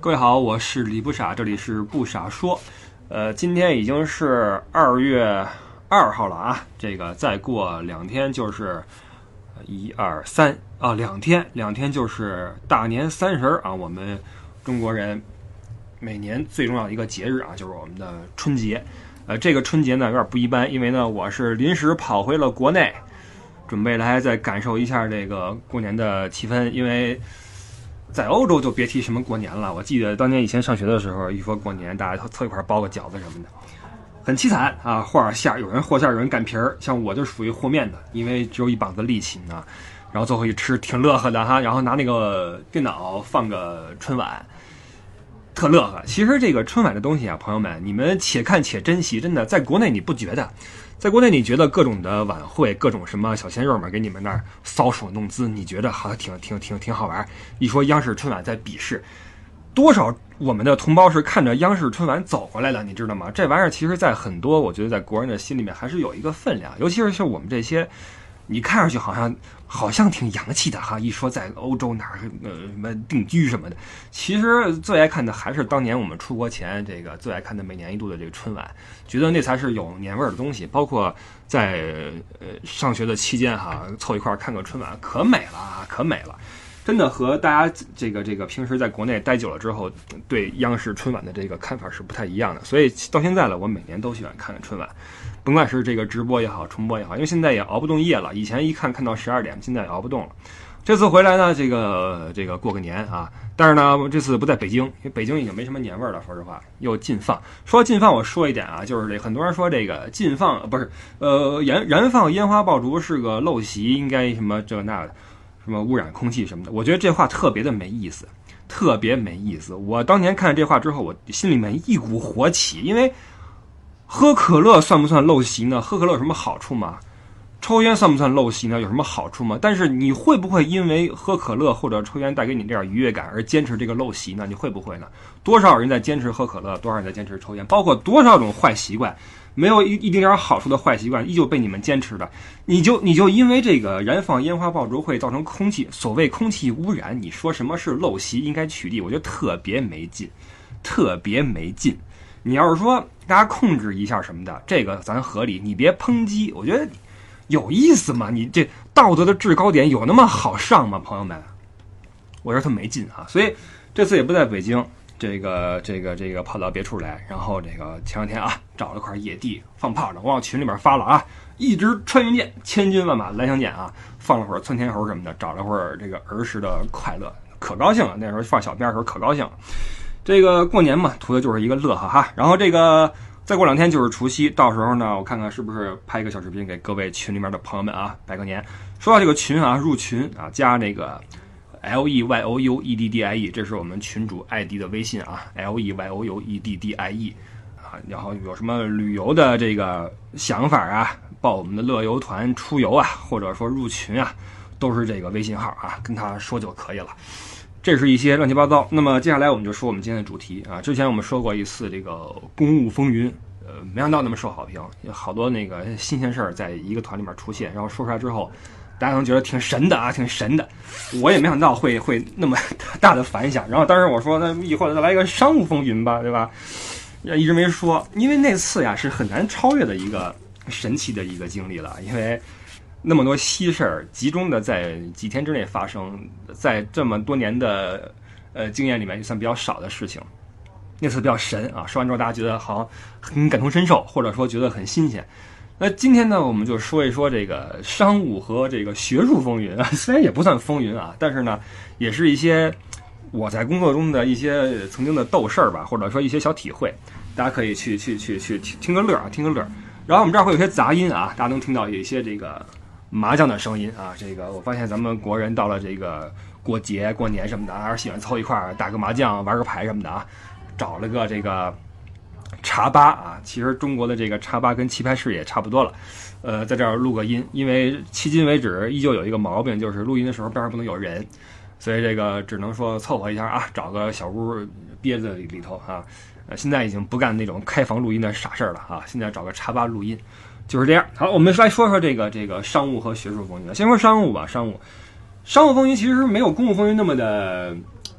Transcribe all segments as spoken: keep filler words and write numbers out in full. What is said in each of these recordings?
各位好，我是李不傻，这里是不傻说。呃，今天已经是二月二号了啊，这个再过两天就是一二三啊，两天两天就是大年三十啊，我们中国人每年最重要的一个节日啊，就是我们的春节。呃，这个春节呢有点不一般，因为呢我是临时跑回了国内，准备来再感受一下这个过年的气氛，因为在欧洲就别提什么过年了。我记得当年以前上学的时候，一说过年，大家凑一块包个饺子什么的，很凄惨啊，和点馅，有人和馅，有人擀皮儿。像我就属于和面的，因为只有一膀子力气呢。然后最后一吃挺乐呵的哈，然后拿那个电脑放个春晚，特乐呵。其实这个春晚的东西啊，朋友们，你们且看且珍惜，真的，在国内你不觉得。在国内，你觉得各种的晚会，各种什么小鲜肉们给你们那儿搔首弄姿，你觉得好像挺挺挺挺好玩。一说央视春晚在鄙视，多少我们的同胞是看着央视春晚走过来的，你知道吗？这玩意儿其实，在很多我觉得在国人的心里面还是有一个分量，尤其是像我们这些，你看上去好像好像挺洋气的哈，一说在欧洲哪儿呃什么定居什么的，其实最爱看的还是当年我们出国前这个最爱看的每年一度的这个春晚，觉得那才是有年味儿的东西。包括在呃上学的期间哈，凑一块看个春晚，可美了啊，可美了。真的和大家这个这个平时在国内待久了之后，对央视春晚的这个看法是不太一样的。所以到现在了，我每年都喜欢看看春晚，甭管是这个直播也好，重播也好，因为现在也熬不动夜了。以前一看看到十二点，现在也熬不动了。这次回来呢，这个这个过个年啊，但是呢，这次不在北京，因为北京已经没什么年味儿了。说实话，又禁放。说禁放，我说一点啊，就是这很多人说这个禁放不是呃燃燃放烟花爆竹是个陋习，应该什么这那的。什么污染空气什么的，我觉得这话特别的没意思，特别没意思。我当年看了这话之后，我心里面一股火起，因为喝可乐算不算陋习呢？喝可乐有什么好处吗？抽烟算不算陋习呢？有什么好处吗？但是你会不会因为喝可乐或者抽烟带给你这点愉悦感而坚持这个陋习呢？你会不会呢？多少人在坚持喝可乐，多少人在坚持抽烟，包括多少种坏习惯，没有一一丁点好处的坏习惯依旧被你们坚持的，你就你就因为这个燃放烟花爆竹会造成空气所谓空气污染，你说什么是陋习应该取缔，我觉得特别没劲，特别没劲。你要是说大家控制一下什么的，这个咱合理，你别抨击，我觉得有意思吗？你这道德的制高点有那么好上吗？朋友们，我觉得特没劲啊。所以这次也不在北京，这个这个这个跑到别处来，然后这个前两天啊找了块野地放炮仗，我往群里面发了啊，一支穿云箭，千军万马来相见啊，放了会儿窜天猴什么的，找了会儿这个儿时的快乐，可高兴了。那时候放小鞭的时候可高兴了。这个过年嘛，图的就是一个乐呵哈。然后这个再过两天就是除夕，到时候呢，我看看是不是拍一个小视频给各位群里面的朋友们啊拜个年。说到这个群啊，入群啊，加那个 L E Y O U E D D I E， 这是我们群主 I D 的微信啊 ，L E Y O U E D D I E 啊，然后有什么旅游的这个想法啊，报我们的乐游团出游啊，或者说入群啊，都是这个微信号啊，跟他说就可以了。这是一些乱七八糟。那么接下来我们就说我们今天的主题啊。之前我们说过一次这个公务风云，呃，没想到那么受好评，有好多那个新鲜事儿在一个团里面出现，然后说出来之后，大家能觉得挺神的啊，挺神的。我也没想到会会那么大的反响。然后当时我说，那以后再来一个商务风云吧，对吧？一直没说，因为那次呀是很难超越的一个神奇的一个经历了，因为那么多稀事儿集中的在几天之内发生，在这么多年的呃经验里面也算比较少的事情。那次比较神啊，说完之后大家觉得好像很感同身受，或者说觉得很新鲜。那今天呢，我们就说一说这个商务和这个学术风云啊，虽然也不算风云啊，但是呢，也是一些我在工作中的一些曾经的斗事儿吧，或者说一些小体会，大家可以去去去去听个乐啊，听个乐。然后我们这儿会有些杂音啊，大家能听到有一些这个麻将的声音啊，这个我发现咱们国人到了这个过节过年什么的，还是喜欢凑一块儿打个麻将、玩个牌什么的啊。找了个这个茶吧啊，其实中国的这个茶吧跟棋牌室也差不多了。呃，在这儿录个音，因为迄今为止依旧有一个毛病，就是录音的时候边上不能有人，所以这个只能说凑合一下啊，找个小屋憋在里头啊。呃，现在已经不干那种开房录音的傻事儿了啊，现在找个茶吧录音。就是这样。好，我们来说说这个这个商务和学术风云。先说商务吧，商务，商务风云其实没有公务风云那么的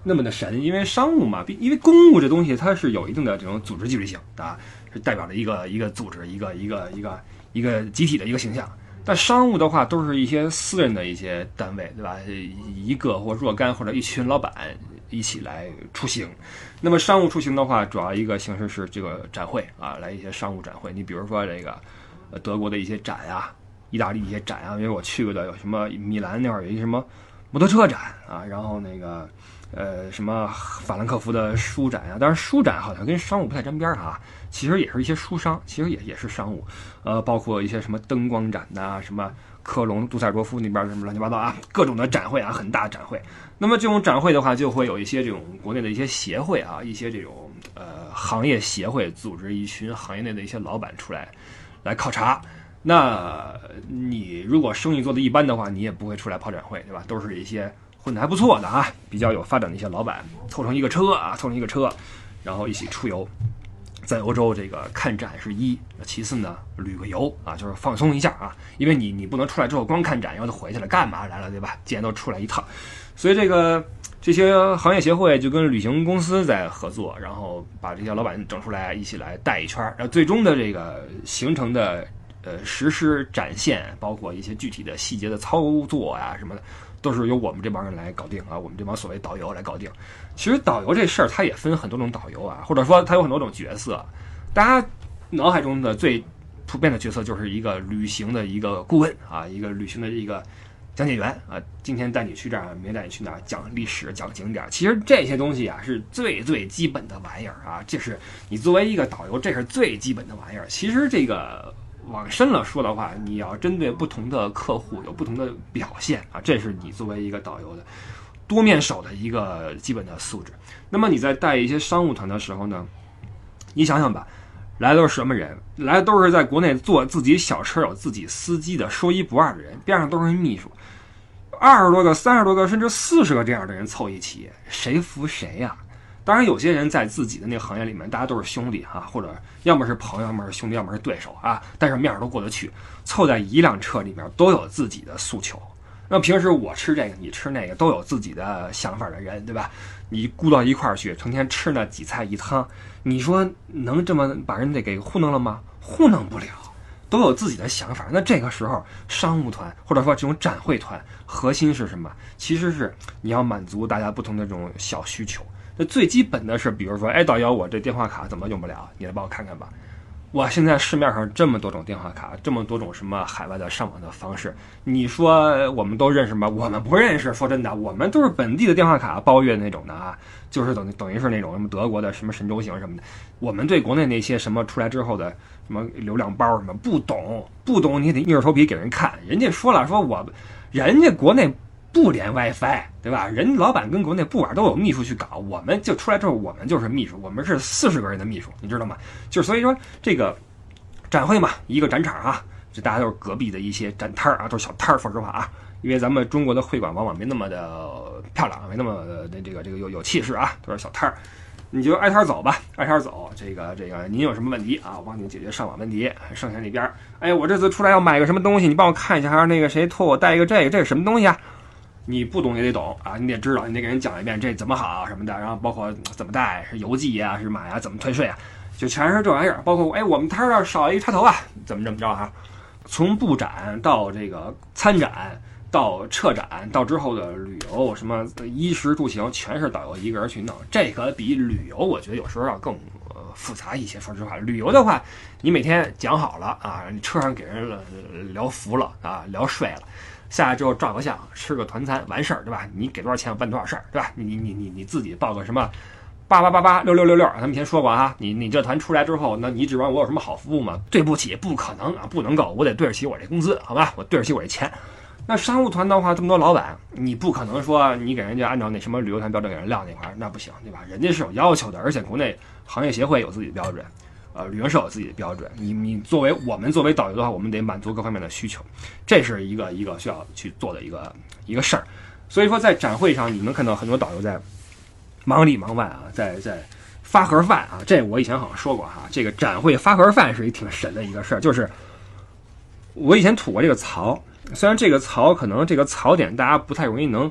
那么的神，因为商务嘛，因为公务这东西它是有一定的这种组织纪律性啊，是代表了一个一个组织、一个一个一个一个集体的一个形象。但商务的话，都是一些私人的一些单位，对吧？一个或若干或者一群老板一起来出行。那么商务出行的话，主要一个形式是这个展会啊，来一些商务展会。你比如说这个呃德国的一些展啊，意大利一些展啊，因为我去过的有什么米兰那会儿有一个什么摩托车展啊，然后那个呃什么法兰克福的书展啊，当然书展好像跟商务不太沾边儿哈，其实也是一些书商，其实也也是商务，呃，包括一些什么灯光展呐、啊，什么科隆、杜塞尔多夫那边什么乱七八糟啊，各种的展会啊，很大展会。那么这种展会的话，就会有一些这种国内的一些协会啊，一些这种呃行业协会组织一群行业内的一些老板出来来考察。那你如果生意做得一般的话，你也不会出来跑展会，对吧？都是一些混得还不错的啊，比较有发展的一些老板凑成一个车啊，凑成一个车，然后一起出游。在欧洲这个看展是一，其次呢旅个游啊，就是放松一下啊，因为你你不能出来之后光看展，然后就回去了，干嘛来了，对吧？既然都出来一趟，所以这个这些行业协会就跟旅行公司在合作，然后把这些老板整出来，一起来带一圈，然后最终的这个行程的呃实施展现，包括一些具体的细节的操作呀、啊、什么的，都是由我们这帮人来搞定啊，我们这帮所谓导游来搞定。其实导游这事儿它也分很多种导游啊，或者说它有很多种角色。大家脑海中的最普遍的角色就是一个旅行的一个顾问啊，一个旅行的一个讲解员啊，今天带你去这儿，明天带你去哪儿，讲历史讲景点。其实这些东西啊是最最基本的玩意儿啊，这是你作为一个导游，这是最基本的玩意儿。其实这个往深了说的话，你要针对不同的客户有不同的表现啊，这是你作为一个导游的多面手的一个基本的素质。那么你在带一些商务团的时候呢，你想想吧，来的都是什么人？来的都是在国内坐自己小车有自己司机的说一不二的人，边上都是秘书，二十多个、三十多个，甚至四十个这样的人凑一起，谁服谁呀、啊？当然，有些人在自己的那个行业里面，大家都是兄弟哈、啊，或者要么是朋友，要么是兄弟，要么是对手啊，但是面上都过得去，凑在一辆车里面都有自己的诉求。那平时我吃这个，你吃那个，都有自己的想法的人，对吧？你估到一块儿去，成天吃那几菜一汤，你说能这么把人得给糊弄了吗？糊弄不了，都有自己的想法。那这个时候，商务团或者说这种展会团，核心是什么？其实是你要满足大家不同的这种小需求。那最基本的是，比如说，哎，导游，我这电话卡怎么用不了？你来帮我看看吧。哇，现在市面上这么多种电话卡，这么多种什么海外的上网的方式，你说我们都认识吗？我们不认识。说真的，我们都是本地的电话卡包月那种的啊，就是等等于是那种什么德国的什么神州行什么的。我们对国内那些什么出来之后的什么流量包什么不懂，不懂你得硬着头皮给人看。人家说了，说我人家国内不连 WiFi， 对吧？人老板跟国内不玩都有秘书去搞，我们就出来之后，我们就是秘书，我们是四十个人的秘书，你知道吗？就是所以说这个展会嘛，一个展场啊，这大家都是隔壁的一些展摊啊，都是小摊儿。说实话啊，因为咱们中国的会馆往往没那么的漂亮，没那么的这个这个有有气势啊，都是小摊儿。你就挨摊走吧，挨摊走。这个这个，您有什么问题啊？我帮您解决上网问题。剩下那边，哎，我这次出来要买个什么东西，你帮我看一下，还是那个谁托我带一个这个，这是什么东西啊？你不懂也得懂啊，你得知道，你得给人讲一遍这怎么好什么的，然后包括怎么带，是邮寄啊，是买啊，怎么退税啊，就全是这玩意儿。包括哎，我们摊上少一插头啊，怎么怎么着哈、啊？从布展到这个参展，到撤展，到之后的旅游，什么衣食住行，全是导游一个人去弄。这个比旅游，我觉得有时候要更呃复杂一些。说实话，旅游的话，你每天讲好了啊，你车上给人聊服了啊，聊睡了。下来之后照个相，吃个团餐，完事儿，对吧？你给多少钱，我办多少事儿，对吧？你你你你你自己报个什么八八八八六六六六，他们以前说过哈，你你这团出来之后，那你指望我有什么好服务吗？对不起，不可能啊，不能够，我得对得起我这工资，好吧？我对得起我这钱。那商务团的话，这么多老板，你不可能说你给人家按照那什么旅游团标准给人撂那块儿，那不行，对吧？人家是有要求的，而且国内行业协会有自己的标准。呃，旅行社有自己的标准，你你作为我们作为导游的话，我们得满足各方面的需求，这是一个一个需要去做的一个一个事儿。所以说，在展会上，你能看到很多导游在忙里忙外啊，在在发盒饭啊。这我以前好像说过哈，这个展会发盒饭是一挺神的一个事儿。就是我以前吐过这个槽，虽然这个槽可能这个槽点大家不太容易能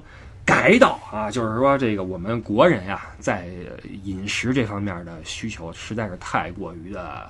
改到啊，就是说这个我们国人呀，在饮食这方面的需求实在是太过于的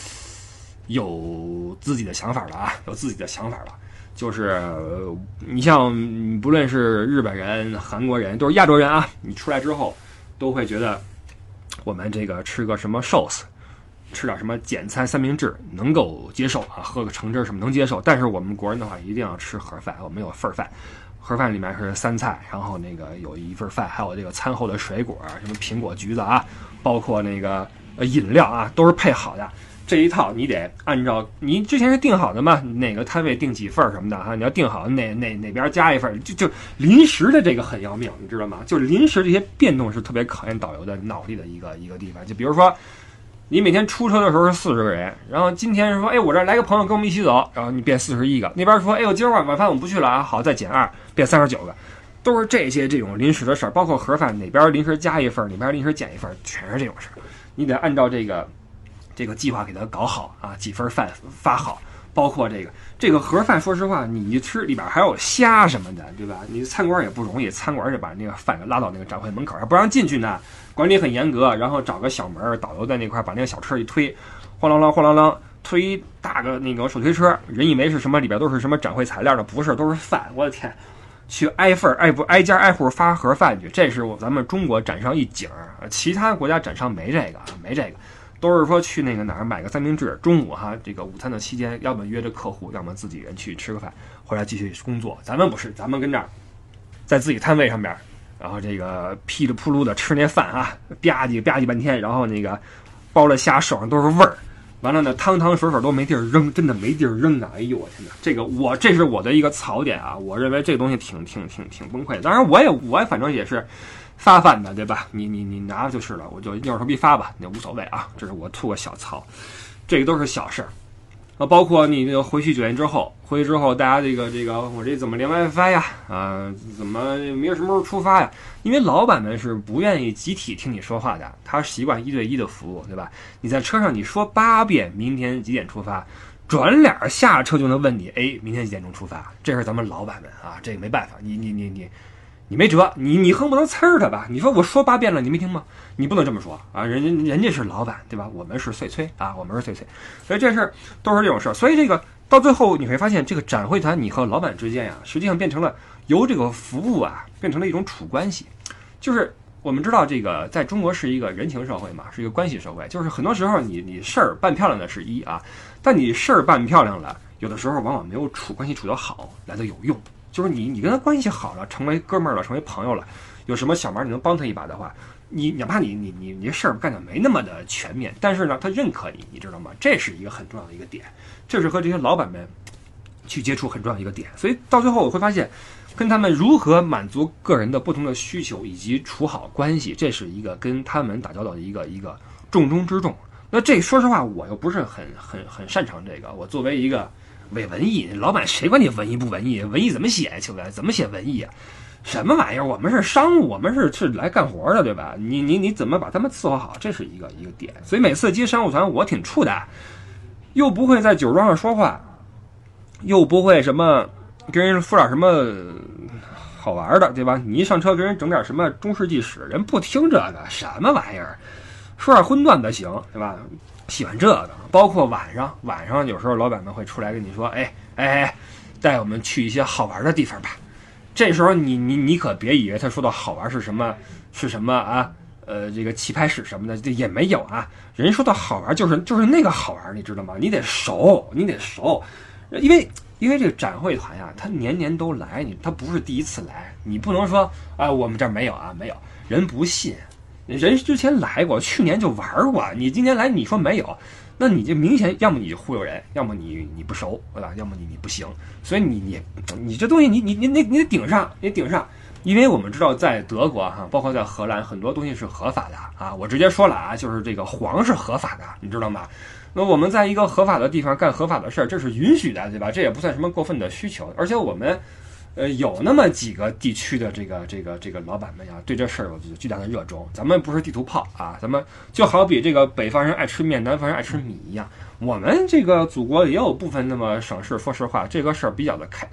有自己的想法了啊，有自己的想法了。就是你像不论是日本人、韩国人，都是亚洲人啊，你出来之后都会觉得我们这个吃个什么寿司，吃点什么简餐三明治能够接受啊，喝个橙汁什么能接受。但是我们国人的话，一定要吃盒饭，我们有份儿饭。盒饭里面是三菜，然后那个有一份饭，还有这个餐后的水果，什么苹果、橘子啊，包括那个呃饮料啊，都是配好的。这一套你得按照你之前是定好的嘛，哪个摊位定几份什么的哈，你要定好哪哪哪边加一份，就就临时的这个很要命，你知道吗？就是临时这些变动是特别考验导游的脑力的一个一个地方。就比如说，你每天出车的时候是四十个人，然后今天是说，哎，我这儿来个朋友跟我们一起走，然后你变四十一个，那边说，哎呦，今儿晚晚饭我们不去了啊，好，再减二，变三十九个，都是这些这种临时的事儿，包括盒饭哪边临时加一份，哪边临时减一份，全是这种事儿，你得按照这个。这个计划给它搞好啊，几份饭发好，包括这个这个盒饭，说实话，你一吃里边还有虾什么的，对吧？你餐馆也不容易，餐馆就把那个饭给拉到那个展会门口，还不让进去呢，管理很严格。然后找个小门，导游在那块把那个小车一推，晃啷啷晃啷啷，推一大个那个手推车，人以为是什么里边都是什么展会材料的，不是，都是饭。我的天！去挨份挨不挨家挨户发盒饭去，这是我咱们中国展商一景，其他国家展商没这个，没这个。都是说去那个哪儿买个三明治，中午哈这个午餐的期间，要么约着客户，要么自己人去吃个饭，回来继续工作。咱们不是，咱们跟这儿在自己摊位上边，然后这个噼里扑噜的吃那饭啊，吧唧吧唧半天，然后那个包了虾，手上都是味儿，完了呢汤汤水水都没地儿扔，真的没地儿扔啊！哎呦我天哪，这个我这是我的一个槽点啊，我认为这个东西挺挺挺挺崩溃的。当然我也我反正也是。发饭的对吧？你你你拿就是了，我就硬着头皮发吧，那无所谓啊。这是我吐个小槽，这个都是小事儿。啊，包括你这个回去酒店之后，回去之后大家这个这个我这怎么连 WiFi 呀？啊，怎么明儿什么时候出发呀？因为老板们是不愿意集体听你说话的，他习惯一对一的服务，对吧？你在车上你说八遍明天几点出发，转脸下车就能问你，哎，明天几点钟出发？这是咱们老板们啊，这个没办法，你你你你。你没辙，你你恨不能呲儿他吧？你说我说八遍了，你没听吗？你不能这么说啊！人家人家是老板，对吧？我们是碎催啊，我们是碎催，所以这事都是这种事儿。所以这个到最后你会发现，这个展会团你和老板之间呀，实际上变成了由这个服务啊，变成了一种处关系。就是我们知道，这个在中国是一个人情社会嘛，是一个关系社会。就是很多时候你你事儿办漂亮的是一啊，但你事儿办漂亮了，有的时候往往没有处关系处得好来的有用。就是你，你跟他关系好了，成为哥们儿了，成为朋友了，有什么小忙你能帮他一把的话，你哪怕你你你你事儿干的没那么的全面，但是呢，他认可你，你知道吗？这是一个很重要的一个点，这是和这些老板们去接触很重要的一个点。所以到最后我会发现，跟他们如何满足个人的不同的需求以及处好关系，这是一个跟他们打交道的一个一个重中之重。那这说实话，我又不是很很很擅长这个，我作为一个。伪文艺，老板谁管你文艺不文艺？文艺怎么写？秋来怎么写文艺啊？什么玩意儿？我们是商务，我们是是来干活的，对吧？你你你怎么把他们伺候好？这是一个一个点。所以每次接商务团，我挺怵的，又不会在酒桌上说话，又不会什么跟人说点什么好玩的，对吧？你一上车跟人整点什么中世纪史，人不听这个，什么玩意儿？说点荤段子行，对吧？喜欢这个，包括晚上，晚上有时候老板们会出来跟你说，哎哎哎，带我们去一些好玩的地方吧。这时候你你你可别以为他说的好玩是什么是什么啊，呃，这个棋牌室什么的，这也没有啊。人说的好玩就是就是那个好玩，你知道吗？你得熟，你得熟，因为因为这个展会团呀，他年年都来，你他不是第一次来，你不能说啊，我们这儿没有啊，没有，人不信。人之前来过，去年就玩过，你今年来你说没有，那你就明显要么你忽悠人，要么你你不熟，对吧？要么你你不行，所以你你你这东西你你你你你得顶上，你顶上，因为我们知道在德国哈，包括在荷兰，很多东西是合法的啊。我直接说了啊，就是这个黄是合法的，你知道吗？那我们在一个合法的地方干合法的事儿，这是允许的，对吧？这也不算什么过分的需求，而且我们。呃，有那么几个地区的这个这个这个老板们呀，对这事儿有巨大的热衷。咱们不是地图炮啊，咱们就好比这个北方人爱吃面，南方人爱吃米一样。我们这个祖国也有部分那么省市，说实话，这个事儿比较的开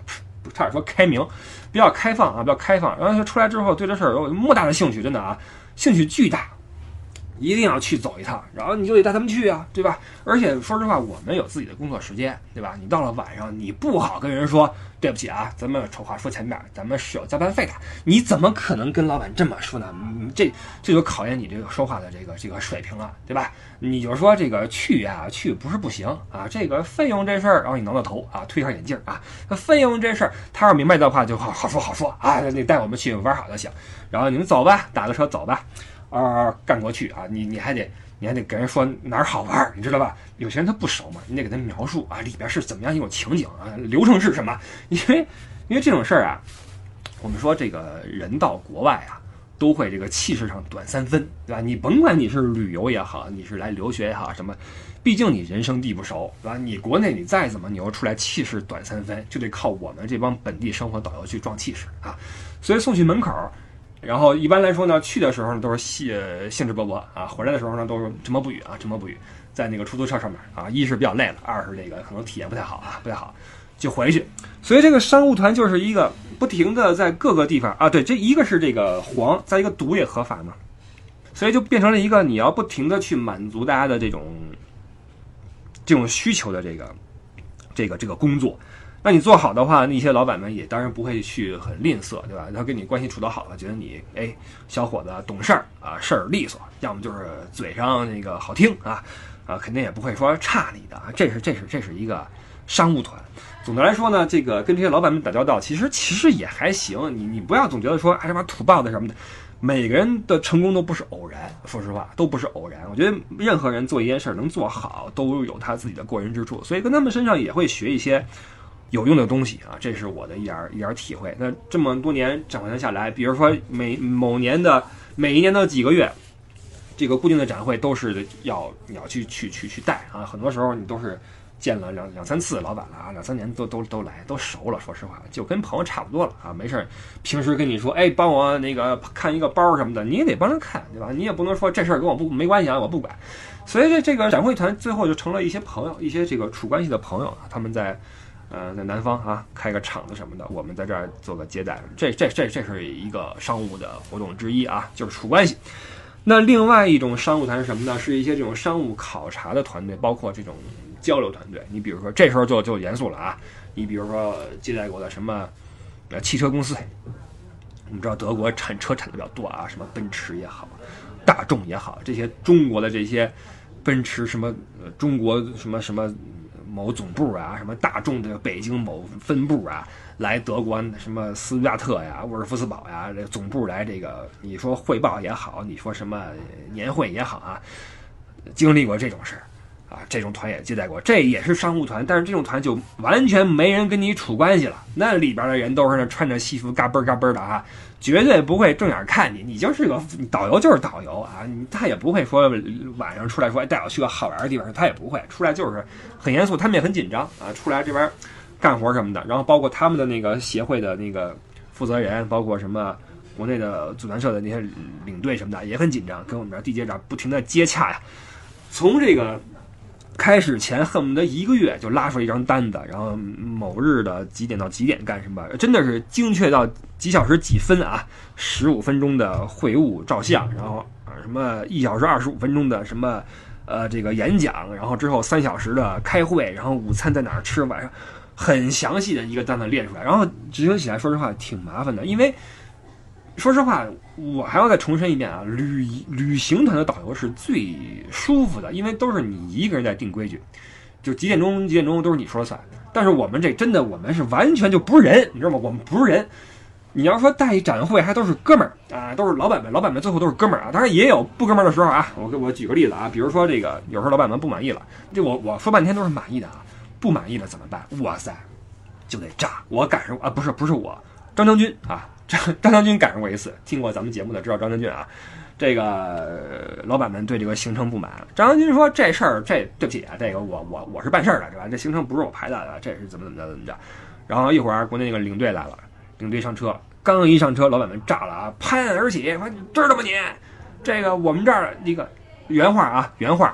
差点说开明，比较开放啊，比较开放。然后他出来之后，对这事儿有莫大的兴趣，真的啊，兴趣巨大。一定要去走一趟，然后你就得带他们去啊，对吧？而且说实话，我们有自己的工作时间，对吧？你到了晚上，你不好跟人说对不起啊，咱们丑话说前面，咱们是有加班费的。你怎么可能跟老板这么说呢？这这就考验你这个说话的这个这个水平了，对吧？你就说这个去啊去不是不行啊，这个费用这事儿，然后你挠挠头啊，推一下眼镜啊，那费用这事儿，他要明白的话就好好说好说啊，你带我们去玩好就行，然后你们走吧，打个车走吧。啊，干过去啊，你你还得你还得跟人说哪儿好玩，你知道吧？有些人他不熟嘛，你得给他描述啊，里边是怎么样一种情景啊，流程是什么？因为因为这种事儿啊，我们说这个人到国外啊，都会这个气势上短三分，对吧？你甭管你是旅游也好，你是来留学也好，什么，毕竟你人生地不熟，对吧？你国内你再怎么牛出来，气势短三分，就得靠我们这帮本地生活导游去壮气势啊。所以送去门口。然后一般来说呢，去的时候呢都是兴兴致勃勃啊，回来的时候呢都是沉默不语啊，沉默不语，在那个出租车上面啊，一是比较累了，二是这个可能体验不太好啊，不太好，就回去。所以这个商务团就是一个不停的在各个地方啊，对，这一个是这个黄，再一个毒也合法嘛，所以就变成了一个你要不停的去满足大家的这种这种需求的这个这个这个工作。那你做好的话，那些老板们也当然不会去很吝啬，对吧？他跟你关系处得好了，觉得你哎小伙子懂事儿啊，事儿利索，要么就是嘴上那个好听啊啊，肯定也不会说差你的啊。这是这是这是一个商务团。总的来说呢，这个跟这些老板们打交道，其实其实也还行。你你不要总觉得说哎什么土豹子什么的，每个人的成功都不是偶然，说实话都不是偶然。我觉得任何人做一件事能做好，都有他自己的过人之处，所以跟他们身上也会学一些有用的东西啊，这是我的一点一点体会。那这么多年展会下来，比如说每某年的每一年的几个月，这个固定的展会都是要你要去去去去带啊，很多时候你都是见了两两三次老板了啊，两三年都都都来都熟了，说实话就跟朋友差不多了啊，没事平时跟你说哎帮我那个看一个包什么的，你也得帮着看，对吧？你也不能说这事儿跟我不没关系啊，我不管。所以这这个展会团最后就成了一些朋友，一些这个处关系的朋友啊，他们在。呃，在南方啊，开个厂子什么的，我们在这儿做个接待，这这这这是一个商务的活动之一啊，就是处关系。那另外一种商务团是什么呢？是一些这种商务考察的团队，包括这种交流团队。你比如说，这时候就就严肃了啊，你比如说接待过的什么呃汽车公司，我们知道德国产车产的比较多啊，什么奔驰也好，大众也好，这些中国的这些奔驰什么呃中国什么什么。某总部啊，什么大众的北京某分部啊，来德国什么斯图加特呀、沃尔夫斯堡呀，这个总部来这个，你说汇报也好，你说什么年会也好啊，经历过这种事儿啊，这种团也接待过，这也是商务团，但是这种团就完全没人跟你处关系了，那里边的人都是那穿着西服嘎嘣嘎嘣的啊，绝对不会正眼看你，你就是个导游就是导游啊，他也不会说晚上出来说带我去个好玩的地方，他也不会出来，就是很严肃，他们也很紧张啊，出来这边干活什么的，然后包括他们的那个协会的那个负责人，包括什么国内的组团社的那些领队什么的也很紧张，跟我们这地接长不停的接洽呀，从这个开始前恨不得一个月就拉出一张单子，然后某日的几点到几点干什么，真的是精确到几小时几分啊，十五分钟的会晤照相，然后什么一小时二十五分钟的什么呃这个演讲，然后之后三小时的开会，然后午餐在哪儿吃，晚上很详细的一个单子列出来，然后执行起来说实话挺麻烦的，因为说实话，我还要再重申一遍啊，旅旅行团的导游是最舒服的，因为都是你一个人在定规矩，就几点钟几点钟都是你说了算。但是我们这真的，我们是完全就不是人，你知道吗？我们不是人。你要说带一展会，还都是哥们儿啊，都是老板们，老板们最后都是哥们儿啊。当然也有不哥们儿的时候啊。我给我举个例子啊，比如说这个，有时候老板们不满意了，这我我说半天都是满意的啊，不满意了怎么办？哇塞，就得炸。我赶上啊，不是不是我，张将军啊。张张将军赶上过一次，听过咱们节目的知道张将军啊，这个、呃、老板们对这个行程不满，张将军说这事儿这对不起啊，这个我我我是办事儿的是吧？这行程不是我排的，这是怎么怎么着怎么着。然后一会儿国内那个领队来了，领队上车，刚一上车，老板们炸了啊，拍案而起，说你知道吗你？这个我们这儿一个原话啊，原话，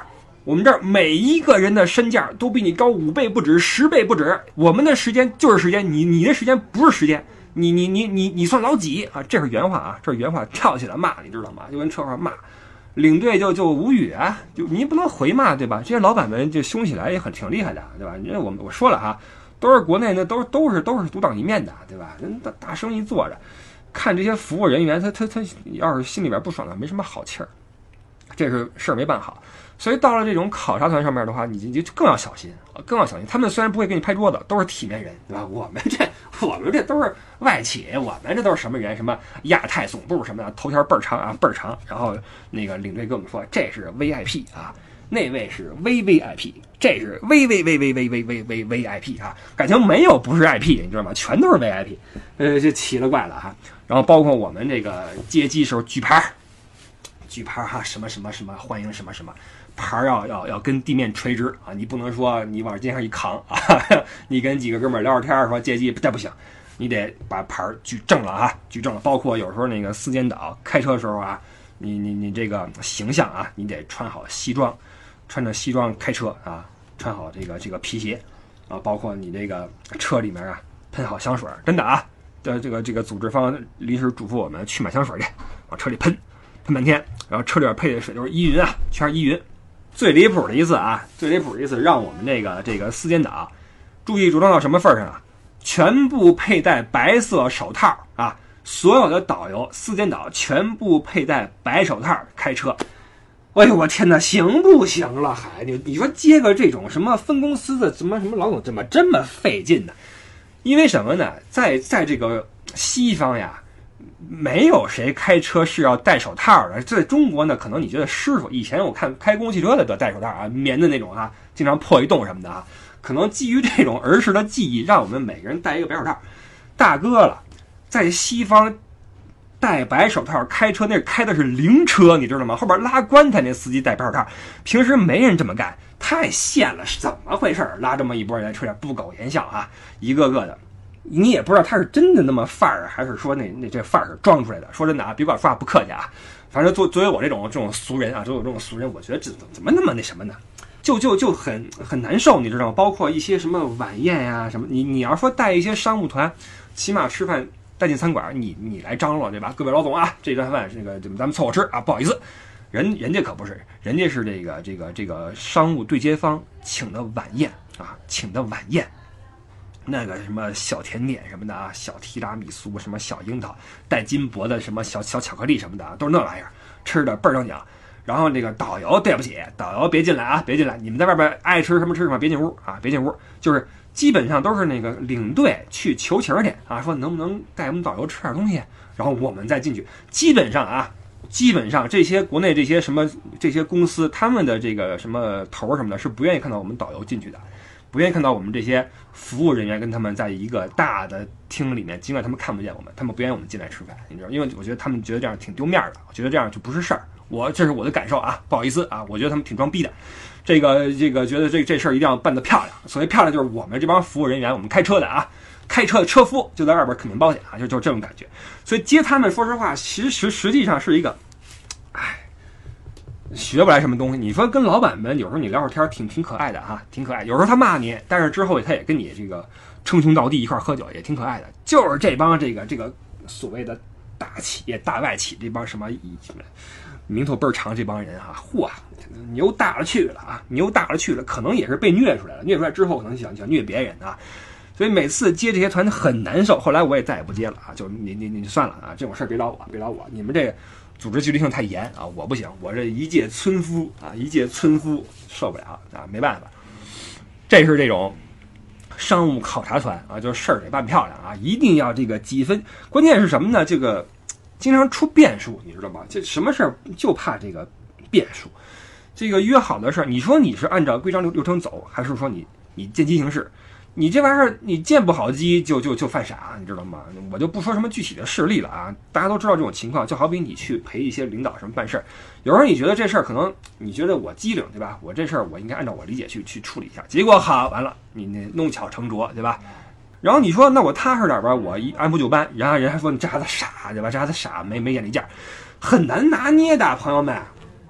我们这儿每一个人的身价都比你高五倍不止，十倍不止。我们的时间就是时间，你你的时间不是时间，你你你你你算老几啊？这是原话啊，这是原话，跳起来骂，你知道吗？就跟车上骂，领队就就无语啊，就你不能回骂，对吧？这些老板们就凶起来也很挺厉害的，对吧？因为我们我说了哈，都是国内那都都是都是独当一面的，对吧？人大大生意做着，看这些服务人员，他他他要是心里边不爽的，没什么好气儿，这是事儿没办好。所以到了这种考察团上面的话，你就更要小心，更要小心。他们虽然不会给你拍桌子，都是体面人，对吧？我们这我们这都是外企，我们这都是什么人？什么亚太总部什么的，头条倍儿长啊，倍儿长。然后那个领队跟我们说，这是 V I P 啊，那位是 V V I P， 这是 V V V V V V V V V I P 啊，感情没有不是 I P， 你知道吗？全都是 V I P， 呃，这奇了怪了哈。然后包括我们这个接机时候举牌，举牌哈，什么什么什么欢迎什么什么。牌要要要跟地面垂直啊！你不能说你往肩上一扛啊，你跟几个哥们儿聊着天说接机，这不行，你得把牌举正了啊，举正了。包括有时候那个四间岛开车的时候啊，你你你这个形象啊，你得穿好西装，穿着西装开车啊，穿好这个这个皮鞋啊，包括你这个车里面啊喷好香水，真的啊，呃这个这个组织方临时嘱咐我们去买香水去，往车里喷喷半天，然后车里边配的水都是依云啊，全是依云。最离谱的一次啊，最离谱的一次，让我们这个这个四间岛注意着装到什么份上啊？全部佩戴白色手套啊！所有的导游四间岛全部佩戴白手套开车。哎呦我天哪，行不行了还？你你说接个这种什么分公司的什么什么老总怎么这么费劲呢？因为什么呢？在在这个西方呀。没有谁开车是要戴手套的，在中国呢，可能你觉得师傅以前我看开公共汽车的都戴手套啊，棉的那种啊，经常破一洞什么的啊，可能基于这种儿时的记忆，让我们每个人戴一个白手套。大哥了，在西方戴白手套开车，那开的是灵车，你知道吗？后边拉棺材那司机戴白手套，平时没人这么干，太现了，怎么回事？拉这么一波人车上不苟言笑啊，一个个的。你也不知道他是真的那么范儿，还是说那那这范儿是装出来的。说真的啊，别管说话不客气啊，反正作作为我这种这种俗人啊，作为我这种俗人，我觉得这怎么那么那什么呢？就就就很很难受，你知道吗？包括一些什么晚宴呀、啊、什么，你你要说带一些商务团，起码吃饭带进餐馆，你你来张罗对吧？各位老总啊，这顿饭这个咱们凑合吃啊，不好意思，人人家可不是，人家是这个这个这个商务对接方请的晚宴啊，请的晚宴。那个什么小甜点什么的啊，小提拉米苏，什么小樱桃带金箔的什么小小巧克力什么的啊，都是那玩意儿，吃的倍儿正经。然后这个导游，对不起，导游别进来啊，别进来，你们在外边爱吃什么吃什么，别进屋啊，别进屋。就是基本上都是那个领队去求情去啊，说能不能带我们导游吃点东西，然后我们再进去。基本上啊，基本上这些国内这些什么这些公司，他们的这个什么头什么的，是不愿意看到我们导游进去的。不愿意看到我们这些服务人员跟他们在一个大的厅里面，尽管他们看不见我们，他们不愿意我们进来吃饭，你知道，因为我觉得他们觉得这样挺丢面的，我觉得这样就不是事儿。我这是我的感受啊，不好意思啊，我觉得他们挺装逼的。这个这个觉得这这事儿一定要办得漂亮，所谓漂亮就是我们这帮服务人员，我们开车的啊，开车的车夫就在外边啃面包去啊，就就这种感觉。所以接他们，说实话，其实实际上是一个，唉。学不来什么东西。你说跟老板们有时候你聊会儿天挺挺可爱的哈，挺可爱。有时候他骂你，但是之后他也跟你这个称兄道弟一块喝酒，也挺可爱的。就是这帮这个这个所谓的大企业、大外企这帮什么名头倍儿长这帮人啊，嚯，牛大了去了啊，牛大了去了，可能也是被虐出来了。虐出来之后，可能想想虐别人啊。所以每次接这些团很难受。后来我也再也不接了啊，就你你你算了啊，这种事儿别找我，别找我，你们这个。组织纪律性太严啊，我不行，我这一介村夫啊，一介村夫受不了啊，没办法。这是这种商务考察团啊，就是事儿得办漂亮啊，一定要这个几分。关键是什么呢？这个经常出变数，你知道吗？这什么事儿就怕这个变数。这个约好的事儿，你说你是按照规章流程走，还是说你你见机行事？你这玩意儿你见不好机就就就犯傻，你知道吗？我就不说什么具体的事例了啊，大家都知道这种情况。就好比你去陪一些领导什么办事儿，有时候你觉得这事儿可能你觉得我机灵对吧？我这事儿我应该按照我理解去去处理一下，结果好完了，你那弄巧成拙对吧？然后你说那我踏实点吧，我一按部就班，然后人还说你这孩子傻对吧？这孩子傻没没眼力见儿，很难拿捏的，朋友们。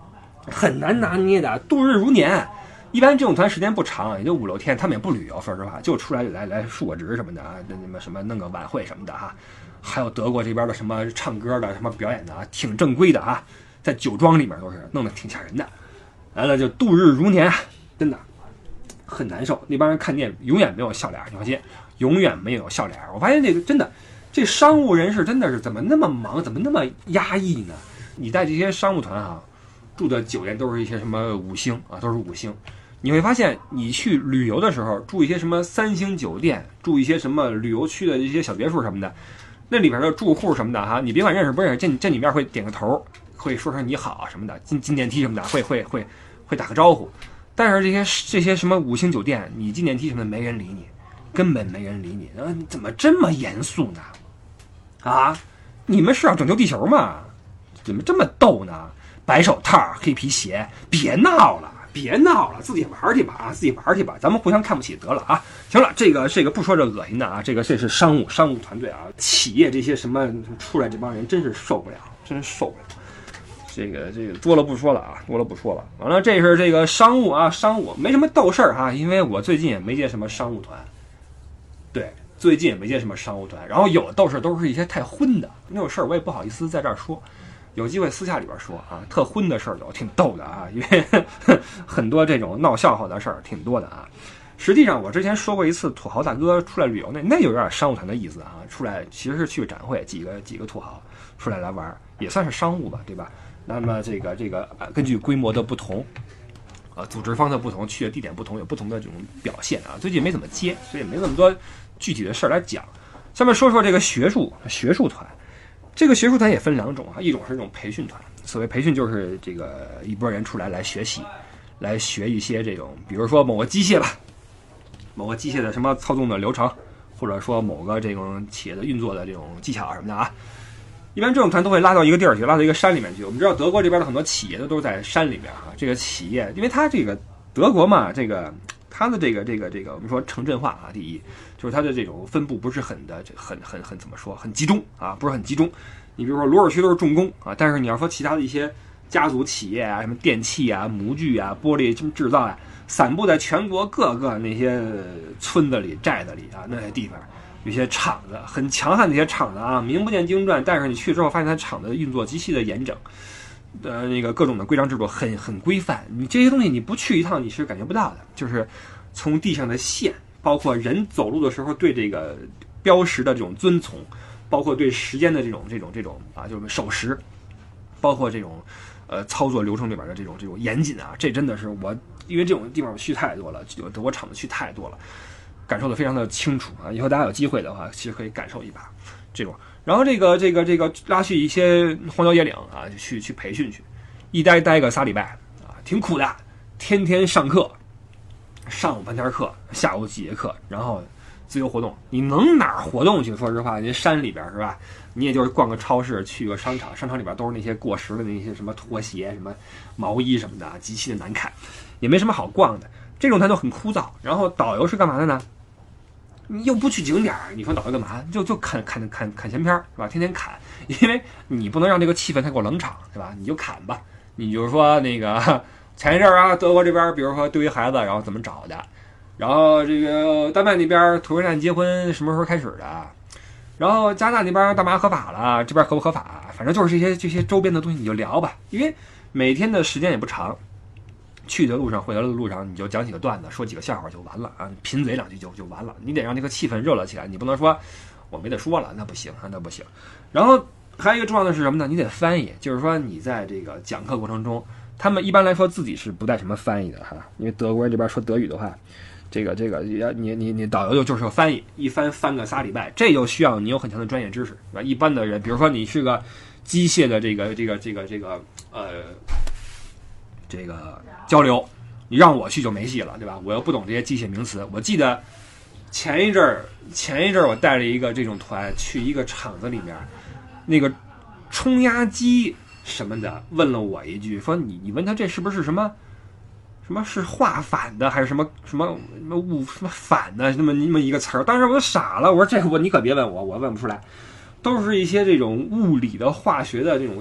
很难拿捏的，度日如年。一般这种团时间不长，也就五六天，他们也不旅游，说实话，就出来来来述个职什么的啊，那什么什么弄个晚会什么的哈。还有德国这边的什么唱歌的、什么表演的啊，挺正规的啊，在酒庄里面都是弄得挺吓人的。完了就度日如年，真的很难受。那帮人看店永远没有笑脸，你放心，永远没有笑脸。我发现这个真的，这商务人士真的是怎么那么忙，怎么那么压抑呢？你带这些商务团啊，住的酒店都是一些什么五星啊，都是五星。你会发现，你去旅游的时候住一些什么三星酒店，住一些什么旅游区的一些小别墅什么的，那里边的住户什么的哈，你别管认识不认识，见见你面会点个头，会说声你好什么的，进进电梯什么的，会会会会打个招呼。但是这些这些什么五星酒店，你进电梯什么的没人理你，根本没人理你。然后你怎么这么严肃呢？啊，你们是要拯救地球吗？怎么这么逗呢？白手套、黑皮鞋，别闹了。别闹了，自己玩去吧啊，自己玩去吧，咱们互相看不起得了啊。行了，这个这个不说这恶心的啊，这个这是商务商务团队啊，企业这些什么出来这帮人真是受不了，真是受不了。这个这个多了不说了啊，多了不说了。完了，这是这个商务啊，商务没什么斗事儿哈，因为我最近也没接什么商务团，对，最近也没接什么商务团。然后有的斗事都是一些太荤的那种事儿，我也不好意思在这儿说。有机会私下里边说啊，特荤的事儿有挺逗的啊，因为很多这种闹笑话的事儿挺多的啊。实际上我之前说过一次土豪大哥出来旅游，那那有点商务团的意思啊，出来其实是去展会，几个几个土豪出来来玩，也算是商务吧，对吧？那么这个这个根据规模的不同，啊，组织方的不同，去的地点不同，有不同的这种表现啊。最近没怎么接，所以没那么多具体的事儿来讲。下面说说这个学术学术团。这个学术团也分两种啊，一种是这种培训团，所谓培训就是这个一拨人出来来学习，来学一些这种，比如说某个机械吧，某个机械的什么操纵的流程，或者说某个这种企业的运作的这种技巧什么的啊。一般这种团都会拉到一个地儿去，拉到一个山里面去。我们知道德国这边的很多企业都都在山里面啊，这个企业，因为它这个德国嘛，这个它的这个这个这个我们说城镇化啊，第一。就是它的这种分布不是很的，很很很怎么说，很集中啊，不是很集中。你比如说鲁尔区都是重工啊，但是你要说其他的一些家族企业啊，什么电器啊、模具啊、玻璃什么制造啊，散布在全国各个那些村子里、寨子里啊，那些地方有些厂子很强悍的一些厂子啊，名不见经传，但是你去之后发现它厂子的运作极其的严整，呃，那个各种的规章制度很很规范。你这些东西你不去一趟你是感觉不到的，就是从地上的线。包括人走路的时候对这个标识的这种遵从，包括对时间的这种这种这种啊，就是守时，包括这种呃操作流程里边的这种这种严谨啊，这真的是我因为这种地方我去太多了，德国厂子去太多了，感受的非常的清楚啊。以后大家有机会的话，其实可以感受一把这种。然后这个这个这个拉去一些荒郊野岭啊，去去培训去，一待待个仨礼拜啊，挺苦的，天天上课。上午半天课，下午几节课，然后自由活动。你能哪儿活动去？说实话，人山里边是吧？你也就是逛个超市，去个商场，商场里边都是那些过时的那些什么拖鞋、什么毛衣什么的，极其的难看，也没什么好逛的。这种它就很枯燥。然后导游是干嘛的呢？你又不去景点，你说导游干嘛？就就砍砍砍砍闲篇是吧？天天砍，因为你不能让这个气氛太过冷场，对吧？你就砍吧，你就是说那个。前一阵儿啊，德国这边，比如说丢一孩子，然后怎么找的？然后这个丹麦那边同性恋结婚什么时候开始的？然后加拿大那边大麻合法了，这边合不合法？反正就是这些这些周边的东西你就聊吧，因为每天的时间也不长，去的路上回来的路上你就讲几个段子，说几个笑话就完了啊，贫嘴两句就就完了。你得让这个气氛热了起来，你不能说我没得说了，那不行啊，那不行。然后还有一个重要的是什么呢？你得翻译，就是说你在这个讲课过程中。他们一般来说自己是不带什么翻译的哈，因为德国人这边说德语的话，这个这个你你你导游就就是个翻译，一翻翻个仨礼拜，这就需要你有很强的专业知识，对吧？一般的人，比如说你是个机械的这个这个这个这个呃这个交流，你让我去就没戏了，对吧？我又不懂这些机械名词。我记得前一阵儿前一阵儿我带了一个这种团去一个厂子里面，那个冲压机。什么的问了我一句，说你你问他这是不是什么什么是化反的还是什么什么什么物什么反的那么那么一个词儿？当时我就傻了，我说这我你可别问我，我问不出来，都是一些这种物理的化学的这种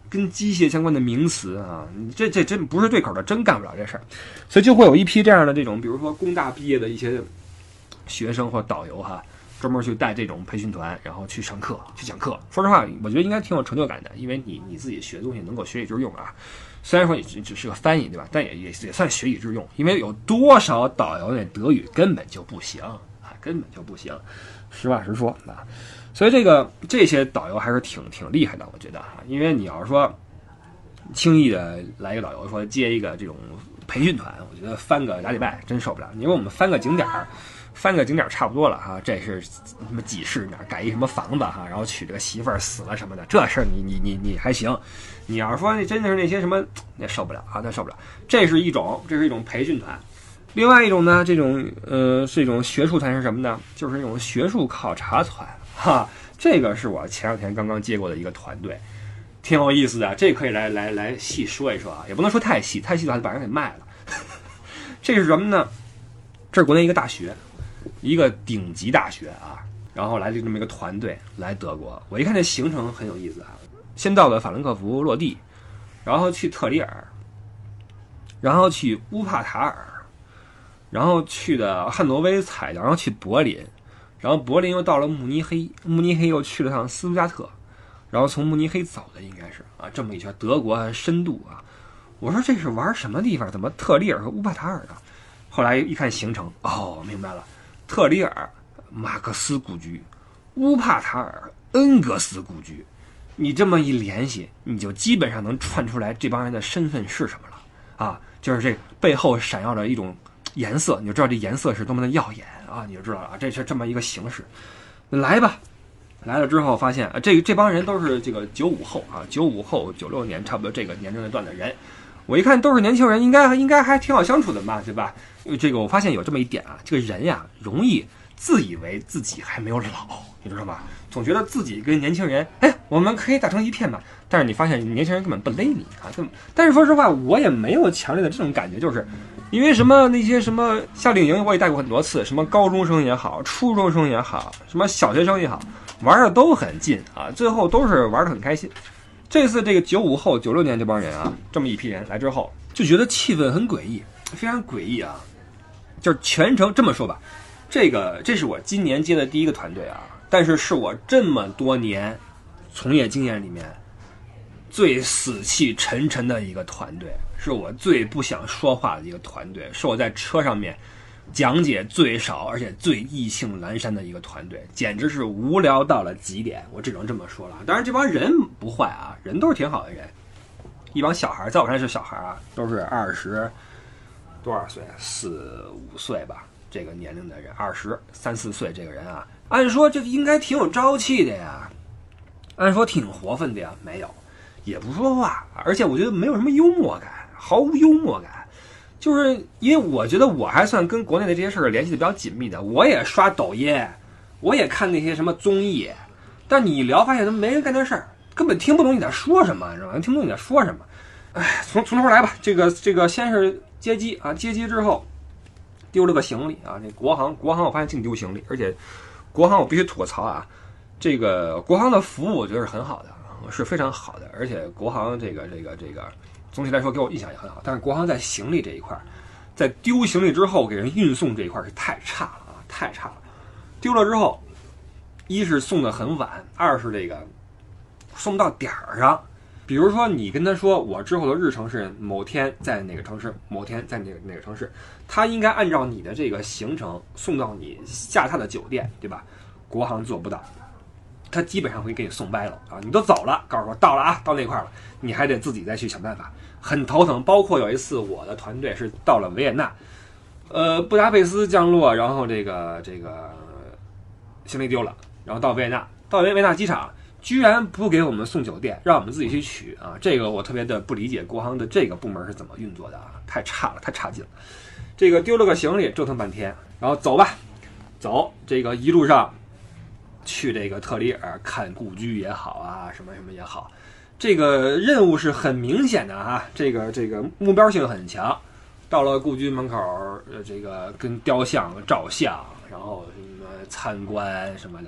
跟机械相关的名词啊，你这这真不是对口的，真干不了这事儿。所以就会有一批这样的这种，比如说工大毕业的一些学生或导游哈，专门去带这种培训团，然后去上课去讲课。说实话，我觉得应该挺有成就感的，因为你你自己学的东西能够学以致用啊。虽然说也只只是个翻译对吧，但也也也算学以致用，因为有多少导游那德语根本就不行啊，根本就不行，实话实说啊。所以这个这些导游还是挺挺厉害的，我觉得啊，因为你要是说轻易的来一个导游说接一个这种培训团，我觉得翻个俩礼拜真受不了。因为我们翻个景点儿。翻个景点差不多了哈，这是什么几世哪改一什么房子哈，然后娶这个媳妇儿死了什么的，这事儿你你你你还行。你要是说那真的是那些什么，那受不了啊，那受不了。这是一种，这是一种培训团。另外一种呢，这种呃是一种学术团是什么呢？就是那种学术考察团哈。这个是我前两天刚刚接过的一个团队，挺有意思的。这可以来来来细说一说啊，也不能说太细，太细的话就把人给卖了。这是什么呢？这是国内一个大学。一个顶级大学啊，然后来这么一个团队来德国。我一看这行程很有意思啊，先到的法兰克福落地，然后去特里尔，然后去乌帕塔尔，然后去的汉诺威采的，然后去柏林，然后柏林又到了慕尼黑，慕尼黑又去了趟斯图加特，然后从慕尼黑走的应该是啊，这么一圈德国深度啊。我说这是玩什么地方？怎么特里尔和乌帕塔尔啊？后来一看行程，哦，明白了。特里尔马克思故居，乌帕塔尔恩格斯故居，你这么一联系，你就基本上能串出来这帮人的身份是什么了啊！就是这背后闪耀着一种颜色，你就知道这颜色是多么的耀眼啊！你就知道了啊，这是这么一个形式。来吧，来了之后发现啊，这这帮人都是这个九五后啊，九五后九六年差不多这个年龄段的人。我一看都是年轻人，应该应该还挺好相处的嘛，对吧？因为这个我发现有这么一点啊，这个人呀容易自以为自己还没有老，你知道吗？总觉得自己跟年轻人，哎，我们可以打成一片嘛。但是你发现年轻人根本不勒你啊，根本。但是说实话，我也没有强烈的这种感觉，就是因为什么那些什么夏令营我也带过很多次，什么高中生也好，初中生也好，什么小学生也好，玩的都很近啊，最后都是玩的很开心。这次这个九五后九六年这帮人啊，这么一批人来之后，就觉得气氛很诡异，非常诡异啊！就是全程这么说吧，这个这是我今年接的第一个团队啊，但是是我这么多年从业经验里面最死气沉沉的一个团队，是我最不想说话的一个团队，是我在车上面讲解最少而且最意兴阑珊的一个团队，简直是无聊到了极点，我只能这么说了。当然这帮人不坏啊，人都是挺好的人，一帮小孩，在我看来是小孩啊，都是二十多少岁，四五岁吧，这个年龄的人，二十三四岁这个人啊，按说这个应该挺有朝气的呀，按说挺活泛的呀，没有，也不说话，而且我觉得没有什么幽默感，毫无幽默感。就是因为我觉得我还算跟国内的这些事儿联系的比较紧密的，我也刷抖音，我也看那些什么综艺，但你一聊发现都没人干这事儿，根本听不懂你在说什么，知道吗？听不懂你在说什么。哎，从从头来吧，这个这个先是接机啊，接机之后丢了个行李啊，这国航国航我发现净丢行李，而且国航我必须吐个槽啊，这个国航的服务我觉得是很好的，是非常好的，而且国航这个这个这个。总体来说给我印象也很好，但是国航在行李这一块，在丢行李之后给人运送这一块是太差了啊，太差了。丢了之后，一是送的很晚，二是这个送到点儿上。比如说你跟他说我之后的日程是某天在哪个城市，某天在哪个哪个城市，他应该按照你的这个行程送到你下榻的酒店，对吧？国航做不到。他基本上会给你送歪了啊！你都走了，告诉我到了啊，到那块了，你还得自己再去想办法，很头疼。包括有一次我的团队是到了维也纳，呃，布达佩斯降落，然后这个这个行李丢了，然后到维也纳，到维也纳机场居然不给我们送酒店，让我们自己去取啊！这个我特别的不理解国航的这个部门是怎么运作的啊，太差了，太差劲了。这个丢了个行李，折腾半天，然后走吧，走，这个一路上。去这个特里尔看故居也好啊，什么什么也好，这个任务是很明显的哈，这个这个目标性很强。到了故居门口，呃，这个跟雕像照相，然后什么参观什么的，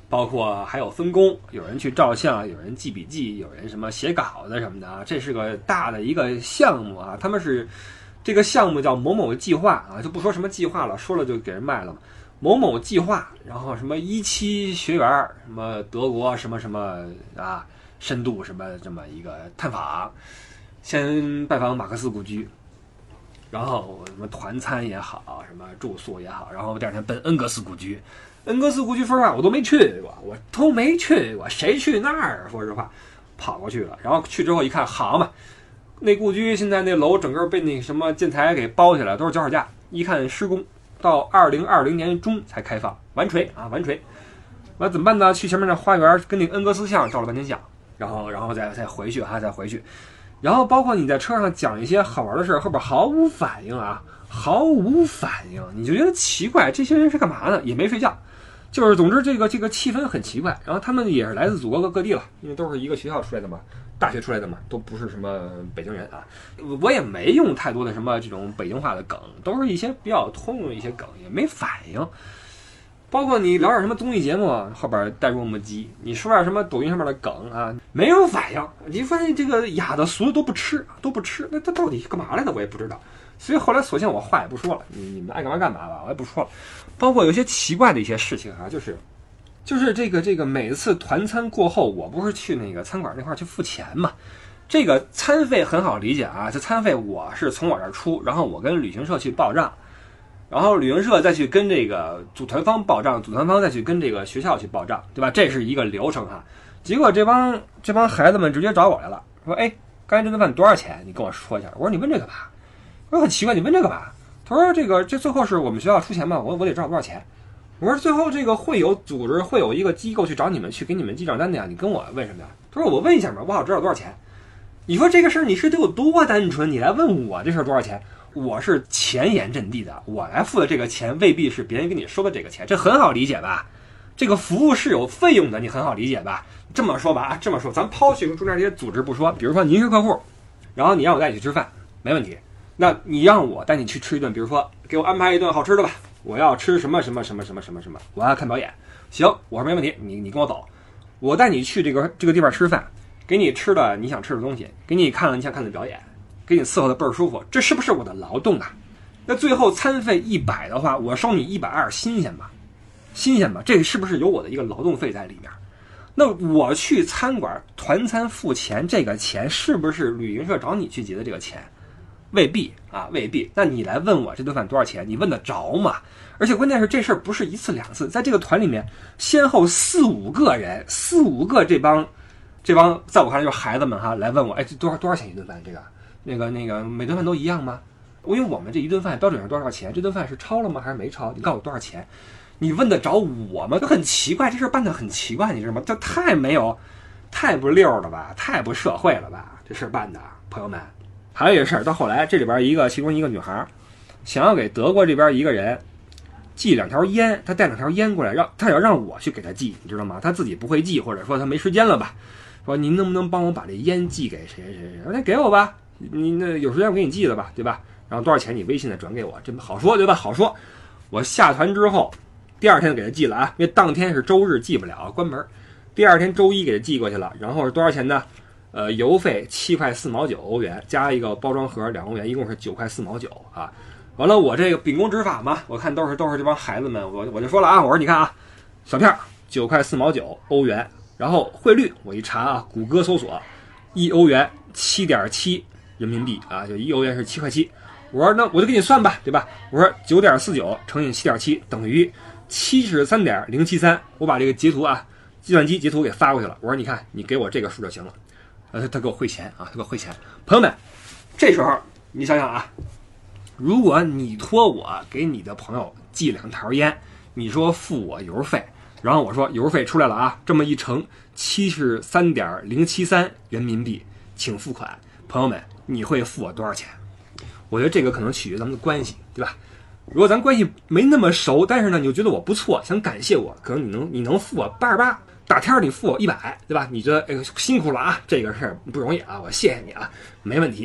包括还有分工，有人去照相，有人记笔记，有人什么写稿子什么的啊，这是个大的一个项目啊。他们是这个项目叫某某计划啊，就不说什么计划了，说了就给人卖了嘛。某某计划，然后什么一期学员，什么德国什么什么啊，深度什么这么一个探访，先拜访马克思故居，然后什么团餐也好，什么住宿也好，然后第二天奔恩格斯故居。恩格斯故居说实话我都没去过，我都没去过，谁去那儿？说实话，跑过去了，然后去之后一看，好嘛，那故居现在那楼整个被那什么建材给包起来，都是脚手架，一看施工，到二零二零年中才开放，完锤啊，完锤。完怎么办呢？去前面那花园跟那个恩格斯像照了半天相，然后然后再再回去啊，再回去。然后包括你在车上讲一些好玩的事，后边毫无反应啊，毫无反应，你就觉得奇怪，这些人是干嘛呢？也没睡觉。就是总之这个这个气氛很奇怪，然后他们也是来自祖国各地了，因为都是一个学校出来的嘛，大学出来的嘛，都不是什么北京人啊。我也没用太多的什么这种北京话的梗，都是一些比较通用的一些梗，也没反应。包括你聊点什么综艺节目，后边带入目击，你说点什么抖音上面的梗啊，没有反应。你发现这个雅的俗的都不吃，都不吃，那他到底干嘛来的我也不知道。所以后来索性我话也不说了，你你们爱干嘛干嘛吧，我也不说了。包括有些奇怪的一些事情啊，就是就是这个这个每次团餐过后，我不是去那个餐馆那块去付钱嘛。这个餐费很好理解啊，这餐费我是从我这儿出，然后我跟旅行社去报账，然后旅行社再去跟这个组团方报账，组团方再去跟这个学校去报账，对吧？这是一个流程哈。结果这帮这帮孩子们直接找我来了，说：“哎，刚才这顿饭多少钱？你跟我说一下。”我说：“你问这个吧。”我说：“很奇怪，你问这个吧。”他说：“这个这最后是我们学校出钱嘛，我我得知道多少钱。”我说：“最后这个会有组织，会有一个机构去找你们去给你们记账单的呀，你跟我问什么呀？”他说：“我问一下嘛，我好知道多少钱。”你说这个事儿你是得有多单纯？你来问我这事儿多少钱？我是前沿阵地的，我来付的这个钱未必是别人给你收的这个钱，这很好理解吧？这个服务是有费用的，你很好理解吧？这么说吧啊，这么说，咱抛去中间这些组织不说，比如说您是客户，然后你让我带你去吃饭，没问题。那你让我带你去吃一顿，比如说给我安排一顿好吃的吧，我要吃什么什么什么什么什么什么，我要看表演，行，我说没问题，你你跟我走，我带你去这个这个地方吃饭，给你吃的你想吃的东西，给你看了你想看的表演，给你伺候的倍儿舒服，这是不是我的劳动啊？那最后餐费一百的话，我收你一百二，新鲜吧？新鲜吧？这个是不是有我的一个劳动费在里面？那我去餐馆团餐付钱，这个钱是不是旅行社找你去结的这个钱？未必啊，未必。那你来问我这顿饭多少钱，你问得着吗？而且关键是这事儿不是一次两次，在这个团里面，先后四五个人，四五个这帮这帮，在我看来就是孩子们哈，来问我，哎，这多少多少钱一顿饭？这个那个那个每顿饭都一样吗？因为我们这一顿饭标准是多少钱？这顿饭是超了吗？还是没超？你告诉我多少钱？你问得着我吗？就很奇怪，这事儿办得很奇怪，你知道吗？这太没有，太不溜了吧，太不社会了吧？这事儿办的，朋友们。还有一个事儿，到后来这里边一个其中一个女孩想要给德国这边一个人寄两条烟，她带两条烟过来，让她要让我去给她寄，你知道吗？她自己不会寄，或者说她没时间了吧？说您能不能帮我把这烟寄给谁谁谁？我说那给我吧，你那有时间我给你寄了吧，对吧？然后多少钱你微信的转给我，这好说对吧？好说。我下团之后，第二天给他寄了啊，因为当天是周日寄不了，关门。第二天周一给他寄过去了，然后是多少钱呢？呃，邮费七块四毛九欧元，加一个包装盒两欧元，一共是九块四毛九啊。完了，我这个秉公执法嘛，我看都是都是这帮孩子们，我我就说了啊，我说你看啊，小票九块四毛九欧元，然后汇率我一查啊，谷歌搜索，一欧元七点七人民币啊，就一欧元是七块七。我说那我就给你算吧，对吧？我说九点四九乘以七点七等于七十三点零七三，我把这个截图啊，计算机截图给发过去了。我说你看，你给我这个数就行了。呃，他给我汇钱啊，他给我汇钱。朋友们，这时候你想想啊，如果你托我给你的朋友寄两条烟，你说付我邮费，然后我说邮费出来了啊，这么一乘七十三点零七三人民币，请付款。朋友们，你会付我多少钱？我觉得这个可能取决于咱们的关系，对吧？如果咱关系没那么熟，但是呢，你就觉得我不错，想感谢我，可能你能你能付我八十八。大天你付我一百，对吧？你觉得哎辛苦了啊，这个事儿不容易啊，我谢谢你啊，没问题。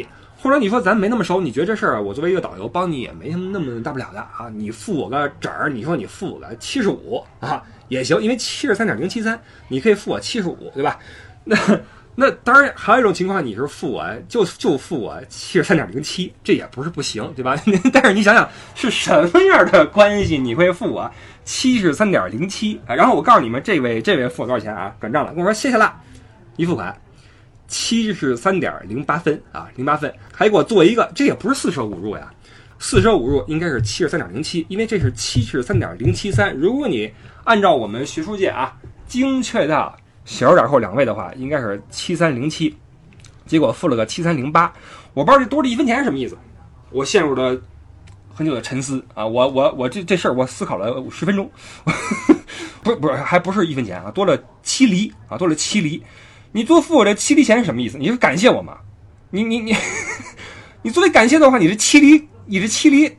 或者你说咱没那么熟，你觉得这事儿我作为一个导游帮你也没什么那么大不了的啊，你付我个整儿，你说你付我个七十五啊也行，因为七十三点零七三，你可以付我七十五，对吧？那那当然还有一种情况，你是付我就就付我七十三点零七，这也不是不行，对吧？但是你想想是什么样的关系，你会付我七十三点零七？然后我告诉你们，这位这位付我多少钱啊？转账了，跟我说谢谢了，一付款。七十三点零八分啊，零八分，还给我做一个，这也不是四舍五入呀，四舍五入应该是七十三点零七，因为这是七十三点零七三。如果你按照我们学术界啊精确到小数点后两位的话，应该是七三零七，结果付了个七三零八，我不知道这多了一分钱是什么意思，我陷入了很久的沉思啊，我我我这这事儿我思考了十分钟，不是不是还不是一分钱啊，多了七厘啊，多了七厘。你多付我这七厘钱是什么意思？你是感谢我吗？你你你，你作为感谢的话，你是七厘，你是七厘，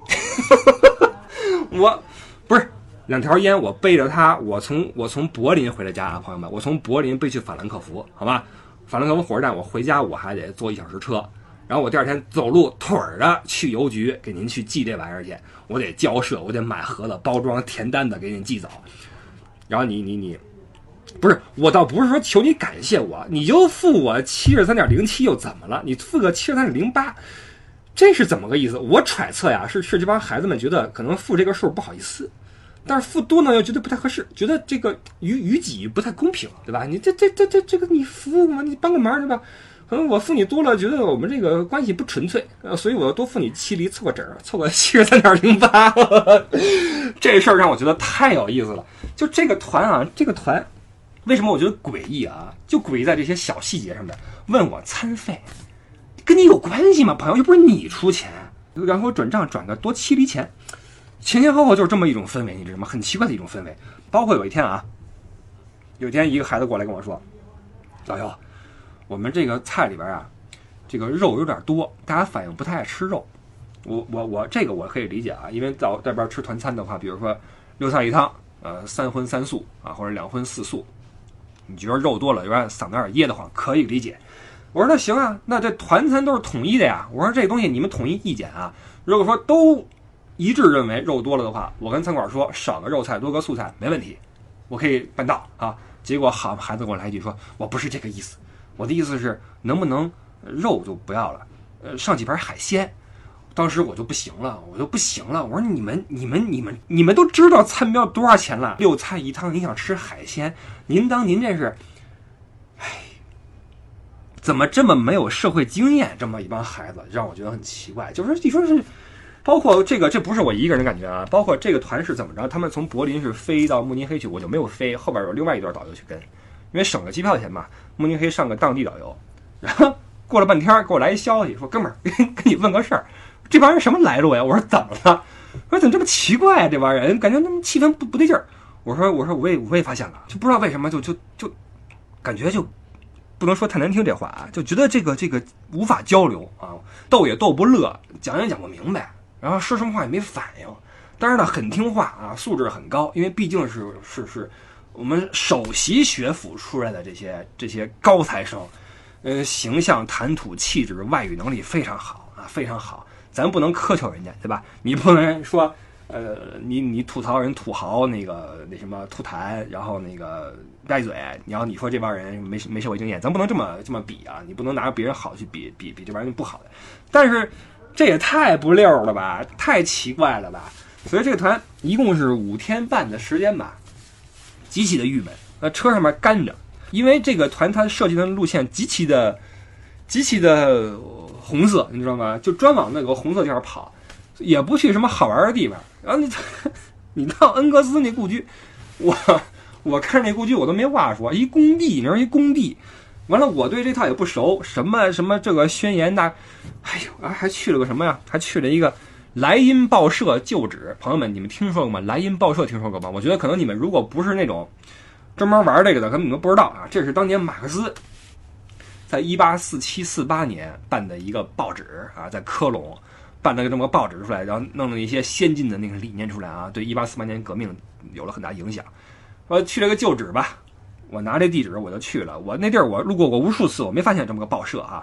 我不是两条烟，我背着它，我从我从柏林回了家啊，朋友们，我从柏林背去法兰克福，好吧？法兰克福火车站，我回家我还得坐一小时车，然后我第二天走路腿儿的去邮局给您去寄这玩意儿去，我得交涉，我得买盒子包装填单的给您寄走，然后你你你。不是，我倒不是说求你感谢我，你就付我七十三点零七又怎么了？你付个七十三点零八，这是怎么个意思？我揣测呀，是是这帮孩子们觉得可能付这个数不好意思，但是付多呢又觉得不太合适，觉得这个于于己不太公平，对吧？你这这这这这个你服务嘛，你帮个忙对吧？可能我付你多了，觉得我们这个关系不纯粹，呃，所以我多付你七厘，凑个整儿，凑个七十三点零八，这事儿让我觉得太有意思了。就这个团啊，这个团。为什么我觉得诡异啊？就诡异在这些小细节上面。问我餐费，跟你有关系吗？朋友，又不是你出钱，然后转账转个多七厘钱，前前后后就是这么一种氛围，你知道吗？很奇怪的一种氛围。包括有一天啊，有一天一个孩子过来跟我说：“导游，我们这个菜里边啊，这个肉有点多，大家反应不太爱吃肉。我我我这个我可以理解啊，因为到这边吃团餐的话，比如说六菜一汤，呃，三荤三素啊，或者两荤四素。”你觉得肉多了有点嗓子有点噎得慌，可以理解。我说那行啊，那这团餐都是统一的呀。我说这东西你们统一意见啊。如果说都一致认为肉多了的话，我跟餐馆说少个肉菜多个素菜没问题，我可以办到啊。结果好孩子给我来一句说，我不是这个意思，我的意思是能不能肉就不要了，呃，上几盘海鲜。当时我就不行了，我就不行了。我说你们、你们、你们、你们都知道餐标多少钱了？六菜一汤，你想吃海鲜？您当您这是，哎，怎么这么没有社会经验？这么一帮孩子，让我觉得很奇怪。就是你说是，包括这个，这不是我一个人的感觉啊。包括这个团是怎么着？他们从柏林是飞到慕尼黑去，我就没有飞，后边有另外一段导游去跟，因为省个机票钱嘛。慕尼黑上个当地导游，然后过了半天给我来一消息说，哥们儿，跟你问个事儿。这帮人什么来路呀？我说怎么了？我说怎么这么奇怪啊？这帮人感觉他们气氛不不对劲儿。我说我说我也我也发现了，就不知道为什么就就就感觉就不能说太难听这话啊，就觉得这个这个无法交流啊，逗也逗不乐，讲也讲不明白，然后说什么话也没反应。当然了，很听话啊，素质很高，因为毕竟是是是我们首席学府出来的这些这些高材生，呃，形象、谈吐、气质、外语能力非常好啊，非常好。咱不能苛求人家，对吧？你不能说，呃，你你吐槽人土豪那个那什么吐痰，然后那个吧唧嘴，然后你说这帮人没没社会经验，咱不能这么这么比啊！你不能拿别人好去比比比这帮人不好的。但是这也太不溜了吧，太奇怪了吧！所以这个团一共是五天半的时间吧，极其的郁闷。那车上面干着，因为这个团它设计的路线极其的极其的。红色，你知道吗？就专往那个红色地方跑，也不去什么好玩的地方。然后你你到恩格斯那故居，我我看那故居我都没话说，一工地，你知道一工地。完了，我对这套也不熟，什么什么这个宣言那，哎呦，还去了个什么呀？还去了一个莱茵报社旧址。朋友们，你们听说过吗？莱茵报社听说过吗？我觉得可能你们如果不是那种专门玩这个的，可能你们都不知道啊。这是当年马克思。在一八四七四八年办的一个报纸啊，在科隆办了个这么个报纸出来，然后弄了一些先进的那个理念出来啊，对一八四八年革命有了很大影响。我去了个旧址吧，我拿这地址我就去了。我那地儿我路过过无数次，我没发现这么个报社啊。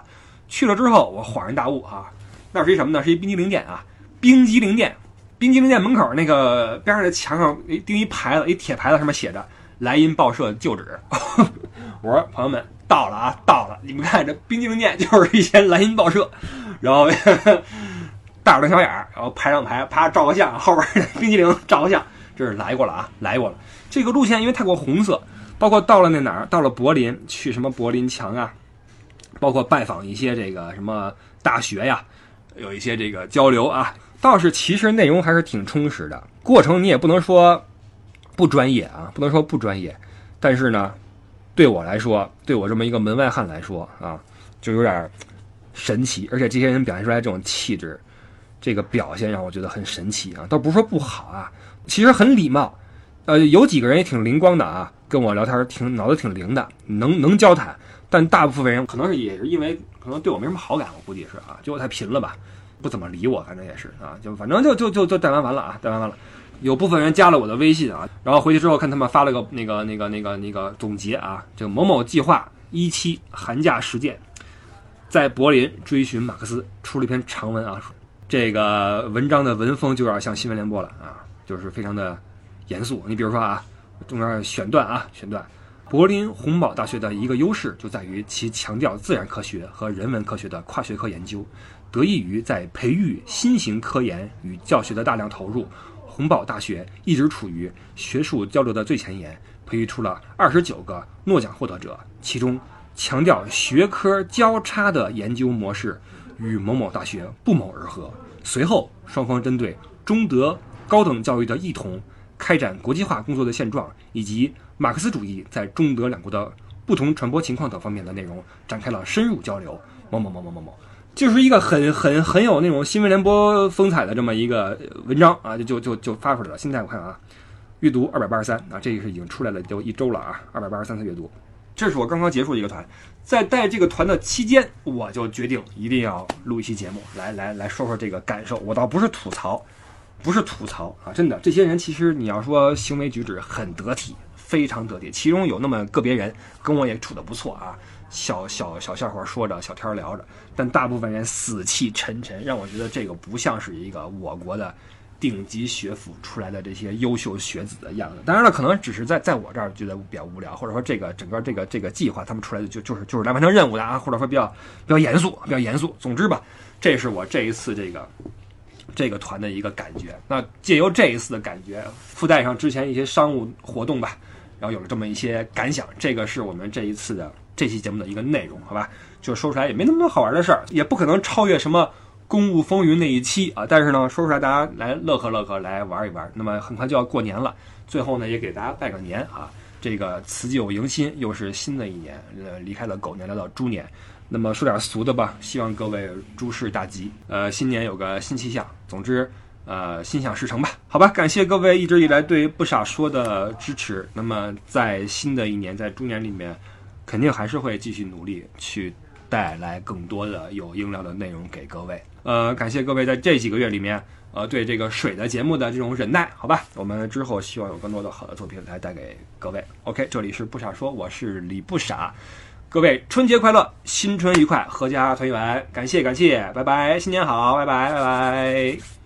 去了之后，我恍然大悟啊，那是一什么呢？是一冰激凌店啊，冰激凌店。冰激凌店门口那个边上的墙上钉一牌子，一铁牌子上面写着莱茵报社旧址。我说朋友们到了啊，到了！你们看这冰激凌店就是一间莱茵报社，然后大眼瞪小眼，然后排上排，啪照个相，后边冰激凌照个相，这是来过了啊，来过了。这个路线因为太过红色，包括到了那哪儿，到了柏林，去什么柏林墙啊，包括拜访一些这个什么大学呀，有一些这个交流啊。倒是其实内容还是挺充实的，过程你也不能说不专业啊，不能说不专业，但是呢，对我来说，对我这么一个门外汉来说啊，就有点神奇，而且这些人表现出来这种气质，这个表现让我觉得很神奇啊，倒不是说不好啊，其实很礼貌，呃，有几个人也挺灵光的啊，跟我聊天挺脑子挺灵的，能能交谈，但大部分人可能是也是因为可能对我没什么好感，我估计是啊，就我太贫了吧。不怎么理我，反正也是啊，就反正就就就就带完完了啊，带完完了。有部分人加了我的微信啊，然后回去之后看他们发了个那个那个那个那个总结啊，这个某某计划一期寒假实践，在柏林追寻马克思，出了一篇长文啊。这个文章的文风就有点像新闻联播了啊，就是非常的严肃。你比如说啊，中间选段啊，选段。柏林洪堡大学的一个优势就在于其强调自然科学和人文科学的跨学科研究，得益于在培育新型科研与教学的大量投入，洪堡大学一直处于学术交流的最前沿，培育出了二十九个诺奖获得者，其中强调学科交叉的研究模式与某某大学不谋而合。随后，双方针对中德高等教育的异同、开展国际化工作的现状以及马克思主义在中德两国的不同传播情况等方面的内容展开了深入交流。某某某某某某，就是一个很很很有那种新闻联播风采的这么一个文章啊，就就就就发出来了。现在我看啊，阅读二百八十三啊，这个是已经出来了，就一周了啊，二百八十三次阅读。这是我刚刚结束一个团，在带这个团的期间，我就决定一定要录一期节目，来来来说说这个感受。我倒不是吐槽。不是吐槽啊，真的，这些人其实你要说行为举止很得体，非常得体。其中有那么个别人跟我也处得不错啊，小小小笑话说着，小天聊着，但大部分人死气沉沉，让我觉得这个不像是一个我国的顶级学府出来的这些优秀学子的样子。当然了，可能只是在在我这儿觉得比较无聊，或者说这个整个这个这个计划他们出来的就就是就是来完成任务的啊，或者说比较比较严肃，比较严肃。总之吧，这是我这一次这个。这个团的一个感觉，那借由这一次的感觉，附带上之前一些商务活动吧，然后有了这么一些感想，这个是我们这一次的这期节目的一个内容，好吧？就说出来也没那么多好玩的事儿，也不可能超越什么公务风云那一期啊，但是呢，说出来大家来乐呵乐呵，来玩一玩。那么很快就要过年了，最后呢也给大家拜个年啊，这个辞旧迎新，又是新的一年，呃，离开了狗年来到猪年。那么说点俗的吧，希望各位诸事大吉，呃，新年有个新气象。总之，呃，心想事成吧。好吧，感谢各位一直以来对不傻说的支持。那么在新的一年，在猪年里面，肯定还是会继续努力去带来更多的有应料的内容给各位。呃，感谢各位在这几个月里面，呃，对这个水的节目的这种忍耐。好吧，我们之后希望有更多的好的作品来带给各位。OK， 这里是不傻说，我是李不傻。各位春节快乐，新春愉快，阖家团圆，感谢感谢，拜拜，新年好，拜拜拜拜。